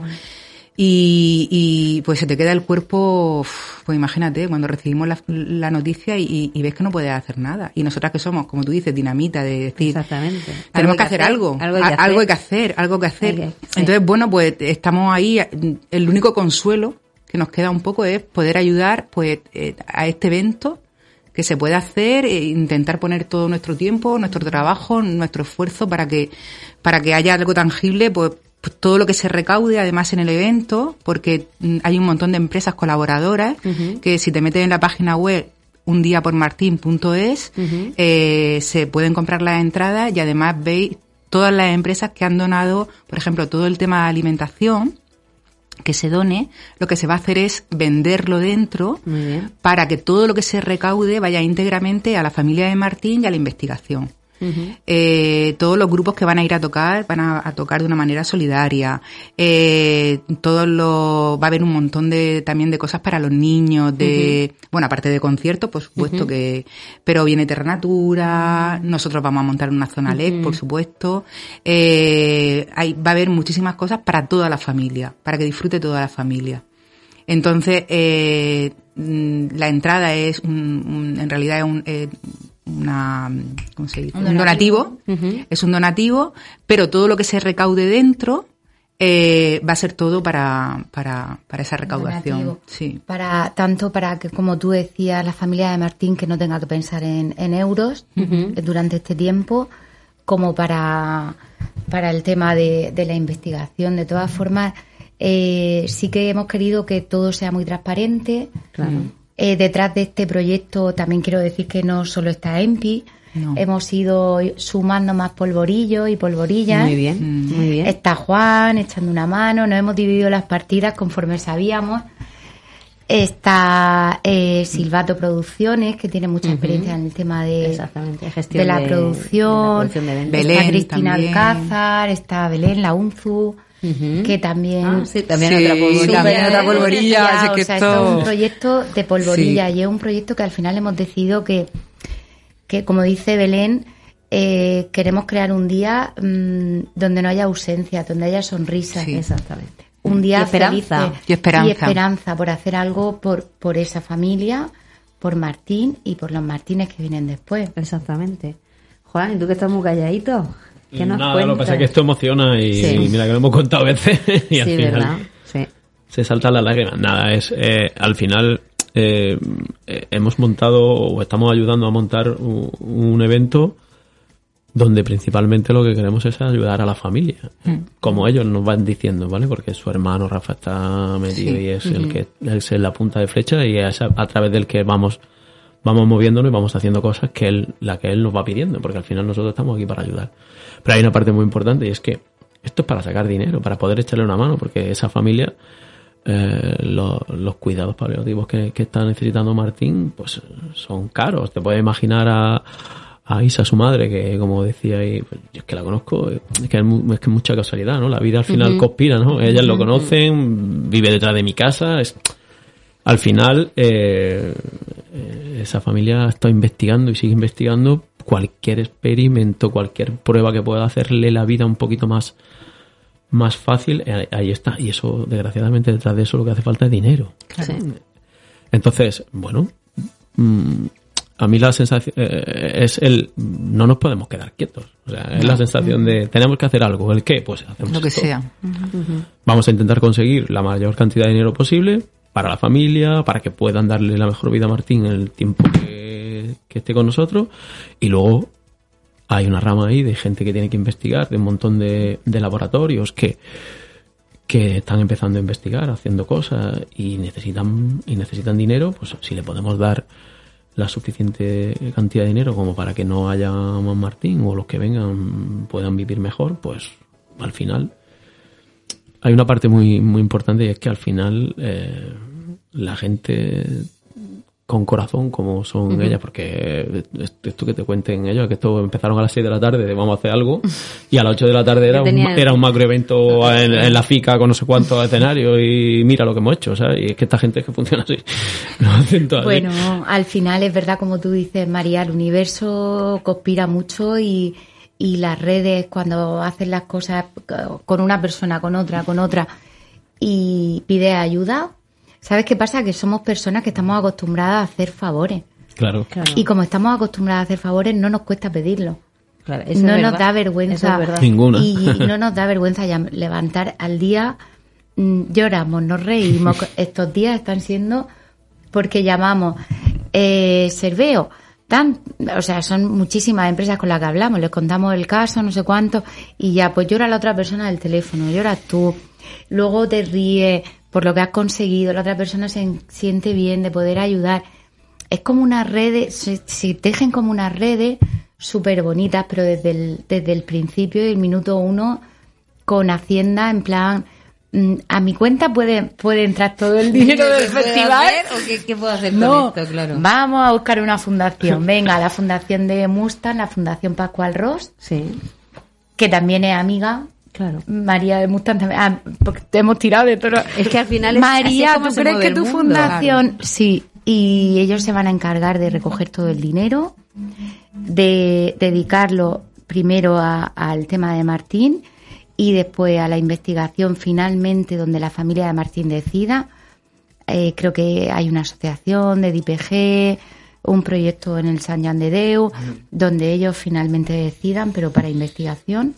y, y pues se te queda el cuerpo, pues imagínate, cuando recibimos la, la noticia y, y ves que no puedes hacer nada. Y nosotras que somos, como tú dices, dinamita, de decir, exactamente. tenemos que hacer, hacer algo, algo hay que, algo hay que hacer, algo que hacer. Que, sí. Entonces, bueno, pues estamos ahí, el único consuelo que nos queda un poco es poder ayudar pues a este evento que se puede hacer, e intentar poner todo nuestro tiempo, nuestro trabajo, nuestro esfuerzo para que, para que haya algo tangible, pues todo lo que se recaude además en el evento, porque hay un montón de empresas colaboradoras uh-huh. que si te metes en la página web un día por martin punto es uh-huh. eh, se pueden comprar las entradas y además veis todas las empresas que han donado, por ejemplo, todo el tema de alimentación que se done, lo que se va a hacer es venderlo dentro para que todo lo que se recaude vaya íntegramente a la familia de Martín y a la investigación. Uh-huh. Eh, todos los grupos que van a ir a tocar van a, a tocar de una manera solidaria. Eh, todos los, va a haber un montón de también de cosas para los niños, de uh-huh. bueno, aparte de conciertos, por supuesto uh-huh. que, pero viene Terra Natura, nosotros vamos a montar una zona uh-huh. L E D, por supuesto. Eh, hay, va a haber muchísimas cosas para toda la familia, para que disfrute toda la familia. Entonces, eh, la entrada es un, un en realidad es un eh, una ¿cómo se dice? un donativo, un donativo. Uh-huh. Es un donativo, pero todo lo que se recaude dentro eh, va a ser todo para para para esa recaudación, sí. Para tanto para que, como tú decías, la familia de Martín que no tenga que pensar en, en euros uh-huh. durante este tiempo, como para para el tema de, de la investigación. De todas formas, eh, sí que hemos querido que todo sea muy transparente. Claro. Eh, detrás de este proyecto también quiero decir que no solo está EMPI, no. Hemos ido sumando más polvorillos y polvorillas. Muy bien, muy bien. Está Juan echando una mano, nos hemos dividido las partidas conforme sabíamos. Está eh, Silvato Producciones, que tiene mucha experiencia uh-huh. en el tema de, Exactamente, gestión de la de, producción. De la producción de Belén, está Cristina también. Alcázar, está Belén, la UNZU. Uh-huh. Que también ah, sí, también sí, otra polvorilla, también otra polvorilla ya, así o que sea, esto... esto es un proyecto de polvorilla sí. y es un proyecto que al final hemos decidido que, que como dice Belén, eh, queremos crear un día mmm, donde no haya ausencia, donde haya sonrisas. Sí, exactamente. Un día y esperanza. feliz, y esperanza y esperanza por hacer algo por por esa familia, por Martín y por los Martínez que vienen después. Exactamente. Juan, ¿y tú que estás muy calladito? ¿Qué nos Nada, cuentas? lo que pasa es que esto emociona y, sí. y mira que lo hemos contado a veces y al sí, final ¿verdad? Sí. se saltan las lágrimas. Nada, es eh, al final eh, eh, hemos montado o estamos ayudando a montar un, un evento donde principalmente lo que queremos es ayudar a la familia, mm. como ellos nos van diciendo, ¿vale? Porque su hermano Rafa está metido sí. y es mm-hmm. el que es la punta de flecha y es a, a través del que vamos vamos moviéndonos y vamos haciendo cosas que él, la que él nos va pidiendo, porque al final nosotros estamos aquí para ayudar. Pero hay una parte muy importante y es que esto es para sacar dinero, para poder echarle una mano, porque esa familia, eh, lo, los cuidados paliativos que, que está necesitando Martín, pues son caros. Te puedes imaginar a, a Isa, su madre, que como decía ahí, pues, yo es que la conozco, es que es, es que es mucha casualidad, ¿no? La vida al final uh-huh. conspira, ¿no? Ellas uh-huh. lo conocen, vive detrás de mi casa, es... Al final, eh, esa familia está investigando y sigue investigando cualquier experimento, cualquier prueba que pueda hacerle la vida un poquito más, más fácil. Eh, ahí está. Y eso, desgraciadamente, detrás de eso lo que hace falta es dinero. Claro. Entonces, bueno, mmm, a mí la sensación eh, es el no nos podemos quedar quietos. O sea, es no. la sensación de tenemos que hacer algo. ¿El qué? Pues hacemos lo que esto. sea. Uh-huh. Vamos a intentar conseguir la mayor cantidad de dinero posible para la familia, para que puedan darle la mejor vida a Martín en el tiempo que, que esté con nosotros. Y luego hay una rama ahí de gente que tiene que investigar, de un montón de, de laboratorios que, que están empezando a investigar, haciendo cosas y necesitan, y necesitan dinero. Pues si le podemos dar la suficiente cantidad de dinero como para que no haya más Martín o los que vengan puedan vivir mejor, pues al final hay una parte muy muy importante, y es que al final eh, la gente con corazón, como son uh-huh. ellas, porque esto que te cuenten ellos, que esto empezaron a las seis de la tarde de vamos a hacer algo, y a las ocho de la tarde era, un, era un macroevento en, en la FICA con no sé cuántos escenarios, y mira lo que hemos hecho, ¿sabes? Y es que esta gente es que funciona así. Bueno, al final es verdad, como tú dices, María, el universo conspira mucho, y, y las redes, cuando hacen las cosas con una persona, con otra, con otra, y pides ayuda, ¿sabes qué pasa? Que somos personas que estamos acostumbradas a hacer favores. Claro. claro. Y como estamos acostumbradas a hacer favores, no nos cuesta pedirlo. Claro, eso no es nos verdad. da vergüenza. Es Ninguna. Y no nos da vergüenza levantar al día. Lloramos, nos reímos. Estos días están siendo porque llamamos eh, Serveo. Tan, o sea, son muchísimas empresas con las que hablamos. Les contamos el caso, no sé cuánto. Y ya, pues llora la otra persona del teléfono, lloras tú. Luego te ríes por lo que has conseguido, la otra persona se siente bien de poder ayudar. Es como unas redes, se, se tejen como unas redes súper bonitas, pero desde el, desde el principio, el minuto uno, con Hacienda, en plan, mmm, a mi cuenta puede, puede entrar todo el dinero del festival. ¿O qué, qué puedo hacer no, con esto? Claro. Vamos a buscar una fundación. Venga, la fundación de Mustang, la fundación Pascual Ross, sí. que también es amiga. Claro. María de Mustang también. Ah, porque te hemos tirado de todo. Es que al final es María, así como ¿tú se crees mueve que tu el mundo? fundación? Claro. Sí, y ellos se van a encargar de recoger todo el dinero, de dedicarlo primero a, al tema de Martín y después a la investigación finalmente donde la familia de Martín decida. Eh, creo que hay una asociación de D I P G, un proyecto en el Sant Jan de Déu, donde ellos finalmente decidan, pero para investigación.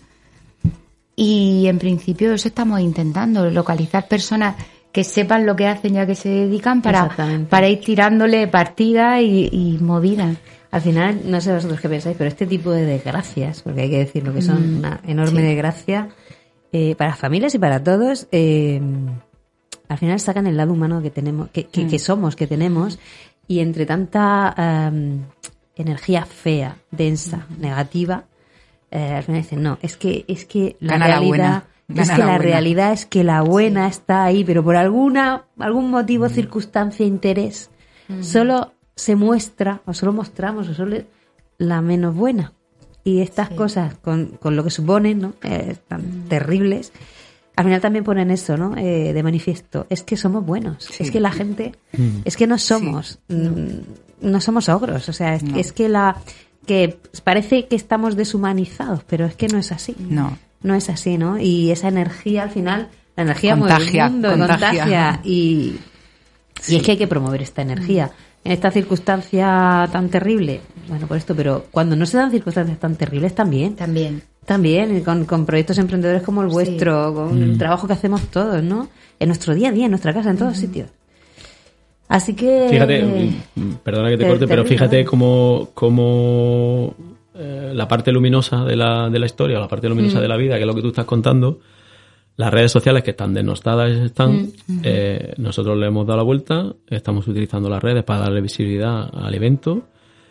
Y en principio eso estamos intentando, localizar personas que sepan lo que hacen ya que se dedican para, para ir tirándole partidas y, y movidas. Al final, no sé vosotros qué pensáis, pero este tipo de desgracias, porque hay que decirlo, que son mm, una enorme sí. desgracia eh, para las familias y para todos, eh, al final sacan el lado humano que tenemos, que, que, mm. que somos, que tenemos, y entre tanta um, energía fea, densa, mm. negativa, Eh, al final dicen, no, es que es que la Gana realidad la es que la, la buena. realidad es que la buena sí. está ahí, pero por alguna algún motivo, mm. circunstancia, interés, mm. solo se muestra o solo mostramos o solo la menos buena. Y estas sí. cosas con, con lo que suponen, ¿no? Eh, tan mm. terribles, al final también ponen eso, ¿no? Eh, de manifiesto, es que somos buenos, sí. es que la gente, mm. es que no somos, sí. mm, no somos ogros, o sea, es, no. es que la que parece que estamos deshumanizados, pero es que no es así. No. No es así, ¿no? Y esa energía, al final, la energía contagia, mueve el mundo, contagia. contagia. Y, sí. y es que hay que promover esta energía. En esta circunstancia tan terrible, bueno, por esto, pero cuando no se dan circunstancias tan terribles, también. También. También, con, con proyectos emprendedores como el vuestro, sí. con mm. el trabajo que hacemos todos, ¿no? En nuestro día a día, en nuestra casa, en todos mm. sitios. Así que... Fíjate, perdona que te, te corte, te pero fíjate cómo, cómo eh, la parte luminosa de la, de la historia, la parte luminosa mm. de la vida, que es lo que tú estás contando, las redes sociales que están denostadas están, mm. eh, nosotros le hemos dado la vuelta, estamos utilizando las redes para darle visibilidad al evento.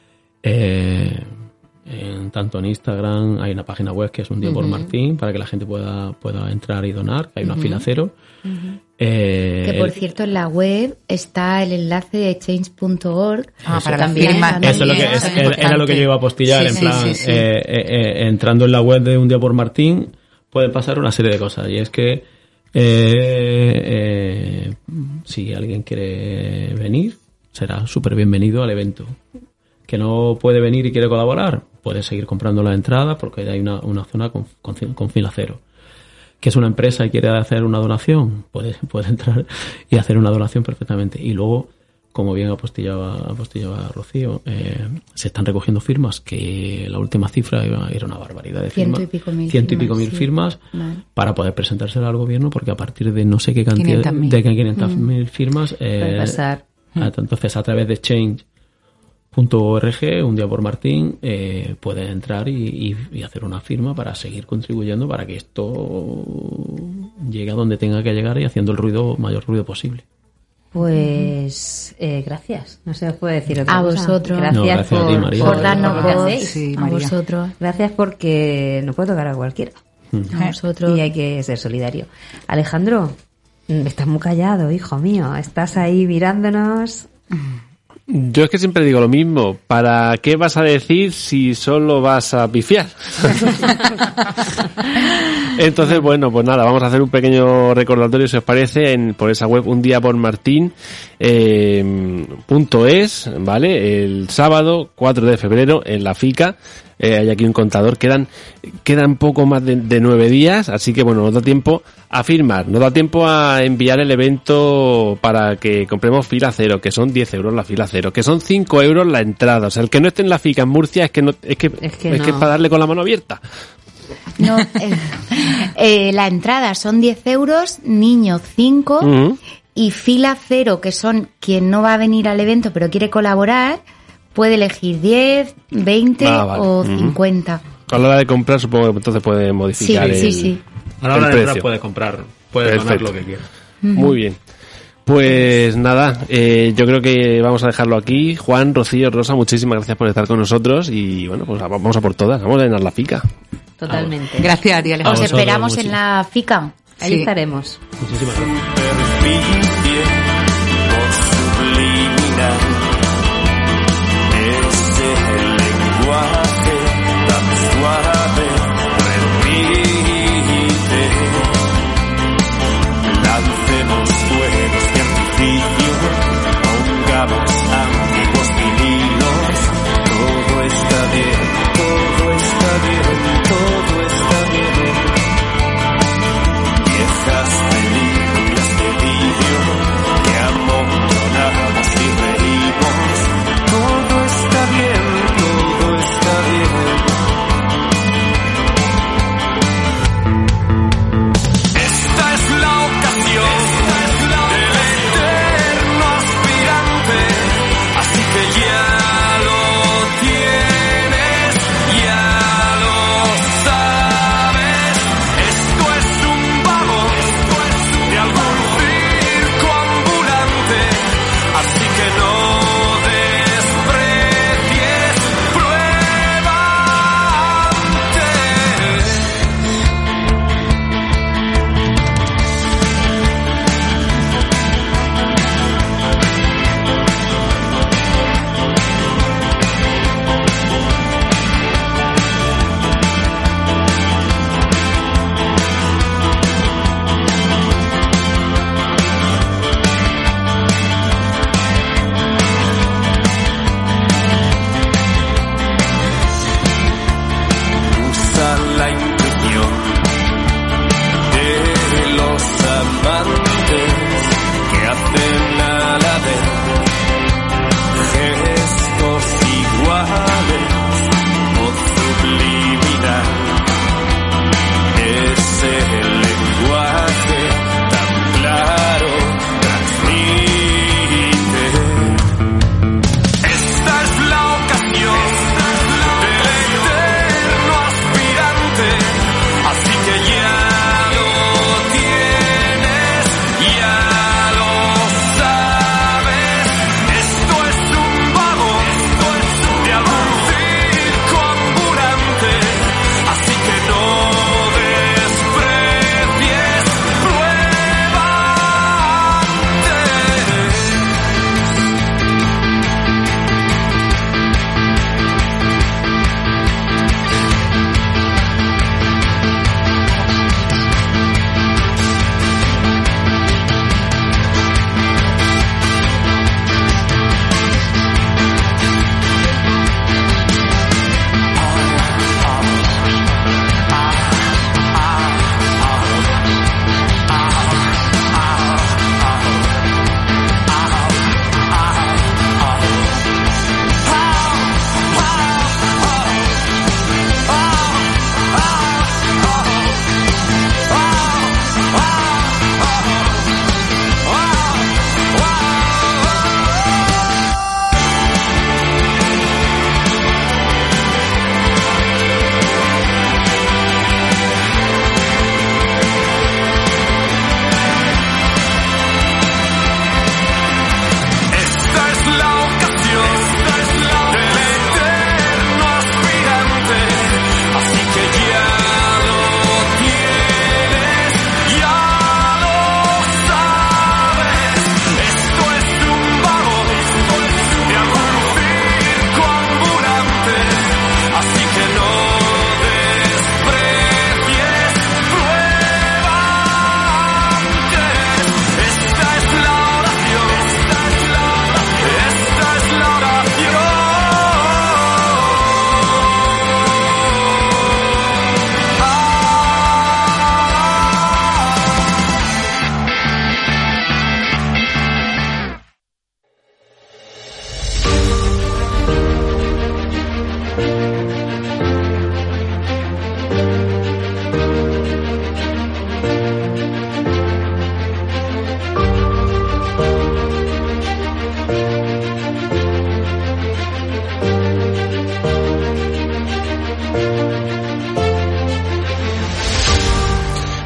Eh, en, tanto en Instagram hay una página web que es Un Día uh-huh. por Martín, para que la gente pueda, pueda entrar y donar, que hay una uh-huh. fila cero. Uh-huh. Eh, que por cierto en la web está el enlace de change punto org ah, para también firma. Eso es lo que es, es era lo que yo iba a apostillar, sí, en sí, plan sí, sí. Eh, eh, eh, entrando en la web de Un Día por Martín pueden pasar una serie de cosas, y es que eh, eh, si alguien quiere venir será súper bienvenido al evento. Que no puede venir y quiere colaborar, puede seguir comprando la entrada porque hay una, una zona con, con, con fila cero. Que es una empresa y quiere hacer una donación, puede, puede entrar y hacer una donación perfectamente. Y luego, como bien apostillaba, apostillaba Rocío, eh, se están recogiendo firmas, que la última cifra era, era una barbaridad de firmas. Ciento y pico mil ciento y pico mil sí. firmas vale. Para poder presentársela al gobierno, porque a partir de no sé qué cantidad quinientas mil de quinientas mil mm. firmas, eh, pasar. Entonces a través de change punto org, Un Día por Martín, eh, pueden entrar y, y, y hacer una firma para seguir contribuyendo para que esto llegue a donde tenga que llegar y haciendo el ruido mayor ruido posible. Pues eh, gracias, no se os puede decir otra a cosa. Vosotros. Gracias, no, gracias por, a ti, María. por darnos por lo que voz, hacéis. Sí, a María. vosotros. Gracias porque no puede tocar a cualquiera. a nosotros. Y hay que ser solidario. Alejandro, estás muy callado, hijo mío. Estás ahí mirándonos. Yo es que siempre digo lo mismo. ¿Para qué vas a decir si solo vas a pifiar? Entonces, bueno, pues nada, vamos a hacer un pequeño recordatorio, si os parece, en, por esa web un día por Martín eh, punto es, ¿vale? El sábado cuatro de febrero en la FICA. Eh, hay aquí un contador, quedan quedan poco más de, de nueve días, así que bueno, nos da tiempo a firmar, nos da tiempo a enviar el evento para que compremos fila cero, que son diez euros la fila cero, que son cinco euros la entrada. O sea, el que no esté en la FICA en Murcia es que no es que es que, es, no. que es para darle con la mano abierta. No, eh, eh, la entrada son diez euros, niños cinco, uh-huh. y fila cero, que son quien no va a venir al evento pero quiere colaborar, puede elegir diez, veinte ah, vale. o uh-huh. cincuenta. A la hora de comprar supongo que entonces puede modificar sí, el, sí, sí. A la hora de entrar puede comprar, puede Perfecto. donar lo que quiera. Uh-huh. Muy bien. Pues nada, eh, yo creo que vamos a dejarlo aquí. Juan, Rocío, Rosa, muchísimas gracias por estar con nosotros y bueno, pues vamos a por todas, vamos a llenar la FICA. Totalmente. Gracias a ti, Alejandro. Os esperamos en la FICA. Ahí sí. estaremos. Muchísimas gracias. Lancemos fuegos de artificio, pongamos antiguos vinilos. Todo está bien, todo está bien, todo está bien. Viejas películas de vídeo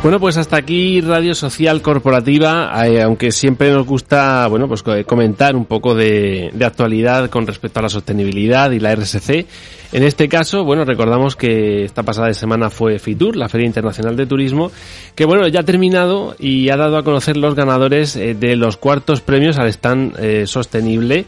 Bueno, pues hasta aquí Radio Social Corporativa, eh, aunque siempre nos gusta, bueno, pues comentar un poco de, de actualidad con respecto a la sostenibilidad y la R S C. En este caso, bueno, recordamos que esta pasada semana fue FITUR, la Feria Internacional de Turismo, que bueno, ya ha terminado y ha dado a conocer los ganadores eh, de los cuartos premios al stand eh, sostenible.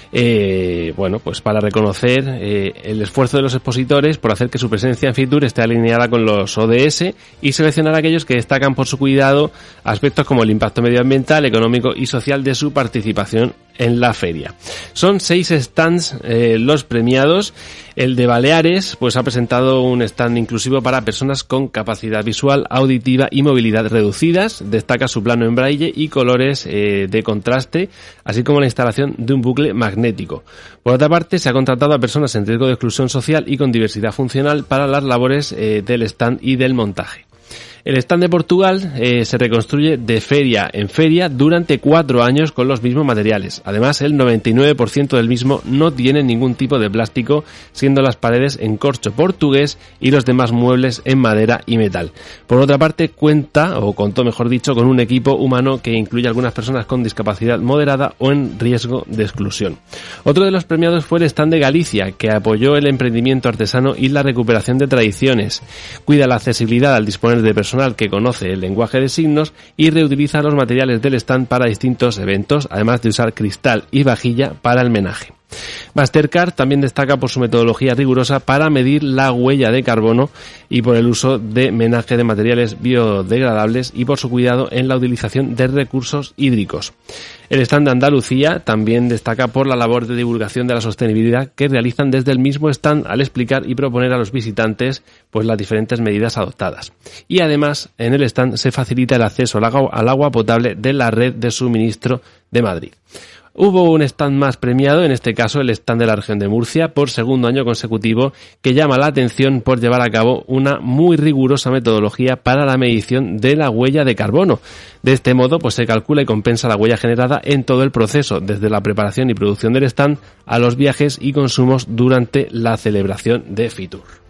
Eh, bueno, pues para reconocer eh, el esfuerzo de los expositores por hacer que su presencia en FITUR esté alineada con los O D S y seleccionar a aquellos que destacan por su cuidado aspectos como el impacto medioambiental, económico y social de su participación en la feria. Son seis stands eh, los premiados. El de Baleares pues ha presentado un stand inclusivo para personas con capacidad visual, auditiva y movilidad reducidas. Destaca su plano en braille y colores eh, de contraste, así como la instalación de un bucle magnético. Por otra parte, se ha contratado a personas en riesgo de exclusión social y con diversidad funcional para las labores eh, del stand y del montaje. El stand de Portugal eh, se reconstruye de feria en feria durante cuatro años con los mismos materiales. Además, el noventa y nueve por ciento del mismo no tiene ningún tipo de plástico, siendo las paredes en corcho portugués y los demás muebles en madera y metal. Por otra parte, cuenta, o contó mejor dicho, con un equipo humano que incluye a algunas personas con discapacidad moderada o en riesgo de exclusión. Otro de los premiados fue el stand de Galicia, que apoyó el emprendimiento artesano y la recuperación de tradiciones. Cuida la accesibilidad al disponer de personas que conoce el lenguaje de signos y reutiliza los materiales del stand para distintos eventos, además de usar cristal y vajilla para el menaje. Mastercard también destaca por su metodología rigurosa para medir la huella de carbono y por el uso de menaje de materiales biodegradables y por su cuidado en la utilización de recursos hídricos. El stand de Andalucía también destaca por la labor de divulgación de la sostenibilidad que realizan desde el mismo stand al explicar y proponer a los visitantes pues las diferentes medidas adoptadas. Y además, en el stand se facilita el acceso al agua, al agua potable de la red de suministro de Madrid. Hubo un stand más premiado, en este caso el stand de la región de Murcia, por segundo año consecutivo, que llama la atención por llevar a cabo una muy rigurosa metodología para la medición de la huella de carbono. De este modo, pues se calcula y compensa la huella generada en todo el proceso, desde la preparación y producción del stand a los viajes y consumos durante la celebración de FITUR.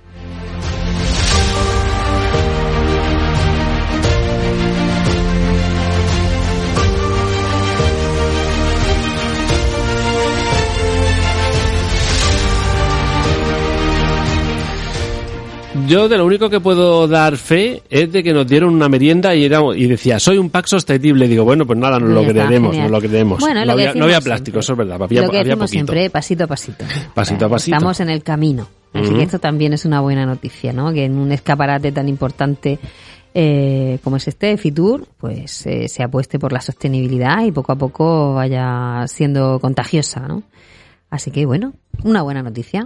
Yo de lo único que puedo dar fe es de que nos dieron una merienda y era, y decía, soy un pack sostenible. Digo, bueno, pues nada, nos lo creeremos, nos lo creeremos. Bueno, no, había, no había plástico, siempre. Eso es verdad. Había, lo que había decimos poquito. siempre, pasito a pasito. Pasito a pasito. Estamos en el camino. Así uh-huh. que esto también es una buena noticia, ¿no? Que en un escaparate tan importante eh, como es este, FITUR, pues eh, se apueste por la sostenibilidad y poco a poco vaya siendo contagiosa, ¿no? Así que, bueno, una buena noticia.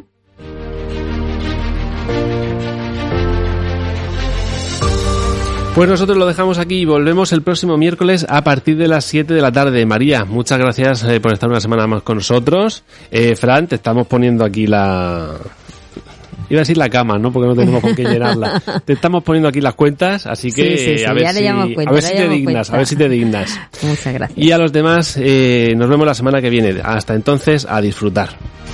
Pues nosotros lo dejamos aquí y volvemos el próximo miércoles a partir de las siete de la tarde. María, muchas gracias eh, por estar una semana más con nosotros. Eh, Fran, te estamos poniendo aquí la... Iba a decir la cama, ¿no? Porque no tenemos con qué llenarla. Te estamos poniendo aquí las cuentas, así que sí, sí, sí, a ver ya si, le llamo cuenta, a ver si le te llamo dignas, cuenta. a ver si te dignas. Muchas gracias. Y a los demás, eh, nos vemos la semana que viene. Hasta entonces, a disfrutar.